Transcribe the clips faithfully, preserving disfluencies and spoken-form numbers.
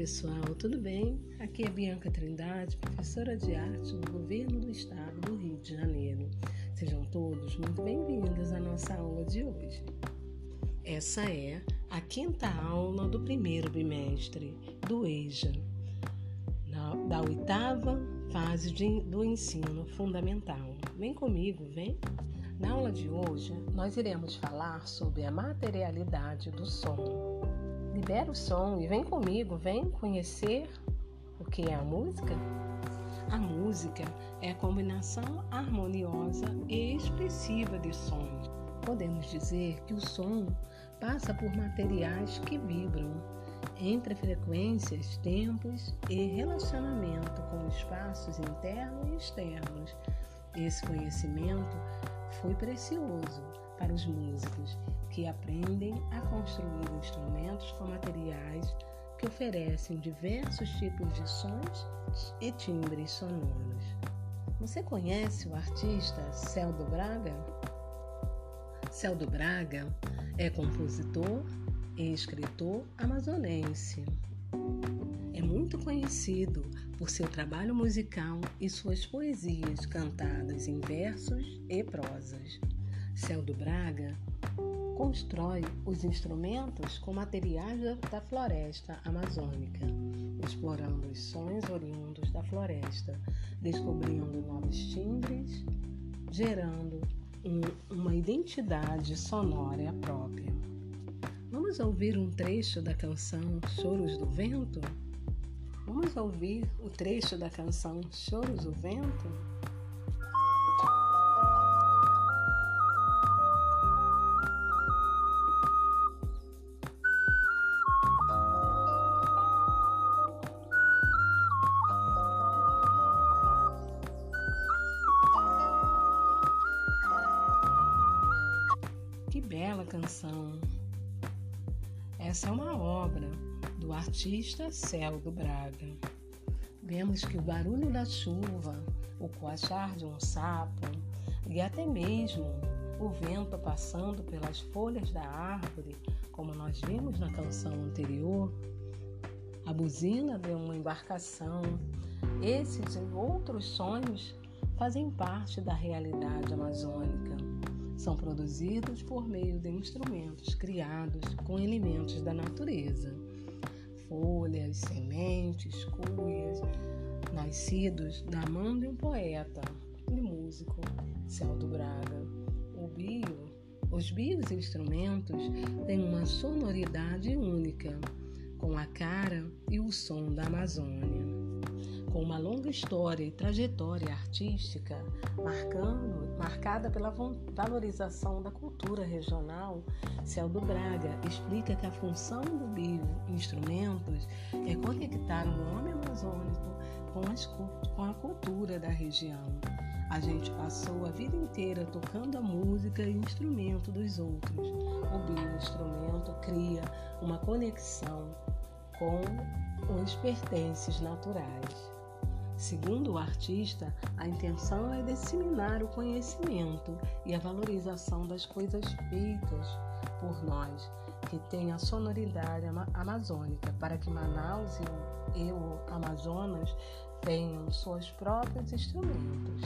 pessoal, tudo bem? Aqui é Bianca Trindade, professora de arte do Governo do Estado do Rio de Janeiro. Sejam todos muito bem-vindos à nossa aula de hoje. Essa é a quinta aula do primeiro bimestre do E J A, da oitava fase de, do ensino fundamental. Vem comigo, vem! Na aula de hoje, nós iremos falar sobre a materialidade do som. Libera o som e vem comigo, vem conhecer o que é a música. A música é a combinação harmoniosa e expressiva de sons. Podemos dizer que o som passa por materiais que vibram entre frequências, tempos e relacionamento com espaços internos e externos. Esse conhecimento foi precioso para os músicos que aprendem a construir instrumentos com materiais que oferecem diversos tipos de sons e timbres sonoros. Você conhece o artista Celdo Braga? Celdo Braga é compositor e escritor amazonense. É muito conhecido por seu trabalho musical e suas poesias cantadas em versos e prosas. Celdo Braga constrói os instrumentos com materiais da floresta amazônica, explorando os sons oriundos da floresta, descobrindo novos timbres, gerando um, uma identidade sonora própria. Vamos ouvir um trecho da canção Choros do Vento? Vamos ouvir o trecho da canção Choros do Vento? Que bela canção! Essa é uma obra do artista Celdo Braga. Vemos que o barulho da chuva, o coachar de um sapo e até mesmo o vento passando pelas folhas da árvore, como nós vimos na canção anterior, a buzina de uma embarcação, esses e outros sons fazem parte da realidade amazônica. São produzidos por meio de instrumentos criados com elementos da natureza. Folhas, sementes, cuias, nascidos da mão de um poeta e músico, Celdo Braga. O bio, os bios instrumentos têm uma sonoridade única, com a cara e o som da Amazônia. Com uma longa história e trajetória artística marcando, marcada pela valorização da cultura regional, Celdo Braga explica que a função do bio-instrumentos é conectar o homem amazônico com, as, com a cultura da região. A gente passou a vida inteira tocando a música e instrumento dos outros. O bio-instrumento cria uma conexão com os pertences naturais. Segundo o artista, a intenção é disseminar o conhecimento e a valorização das coisas feitas por nós, que tem a sonoridade amazônica, para que Manaus e o Amazonas tenham seus próprios instrumentos.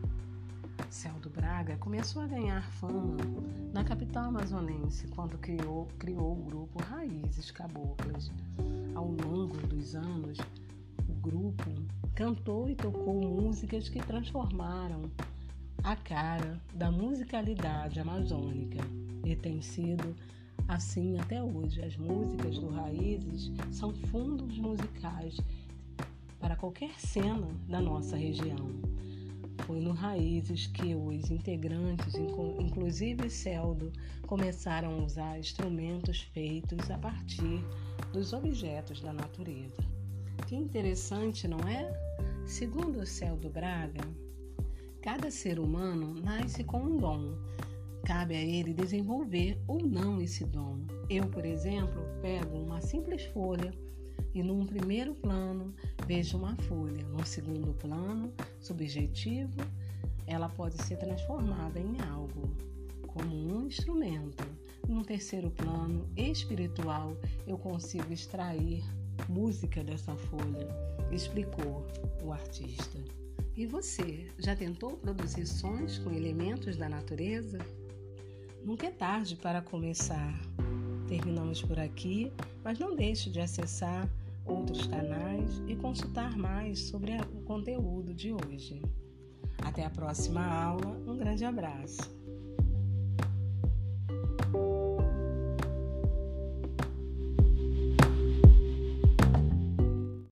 Celdo Braga começou a ganhar fama na capital amazonense quando criou, criou o grupo Raízes Caboclas. Ao longo dos anos, o grupo cantou e tocou músicas que transformaram a cara da musicalidade amazônica e tem sido assim até hoje. As músicas do Raízes são fundos musicais para qualquer cena da nossa região. Foi no Raízes que os integrantes, inclusive Celdo, começaram a usar instrumentos feitos a partir dos objetos da natureza. Que interessante, não é? Segundo Celdo Braga, cada ser humano nasce com um dom. Cabe a ele desenvolver ou não esse dom. Eu, por exemplo, pego uma simples folha e num primeiro plano vejo uma folha. No segundo plano, subjetivo, ela pode ser transformada em algo, como um instrumento. Num terceiro plano, espiritual, eu consigo extrair música dessa folha, explicou o artista. E você, já tentou produzir sons com elementos da natureza? Nunca é tarde para começar. Terminamos por aqui, mas não deixe de acessar outros canais e consultar mais sobre o conteúdo de hoje. Até a próxima aula, um grande abraço.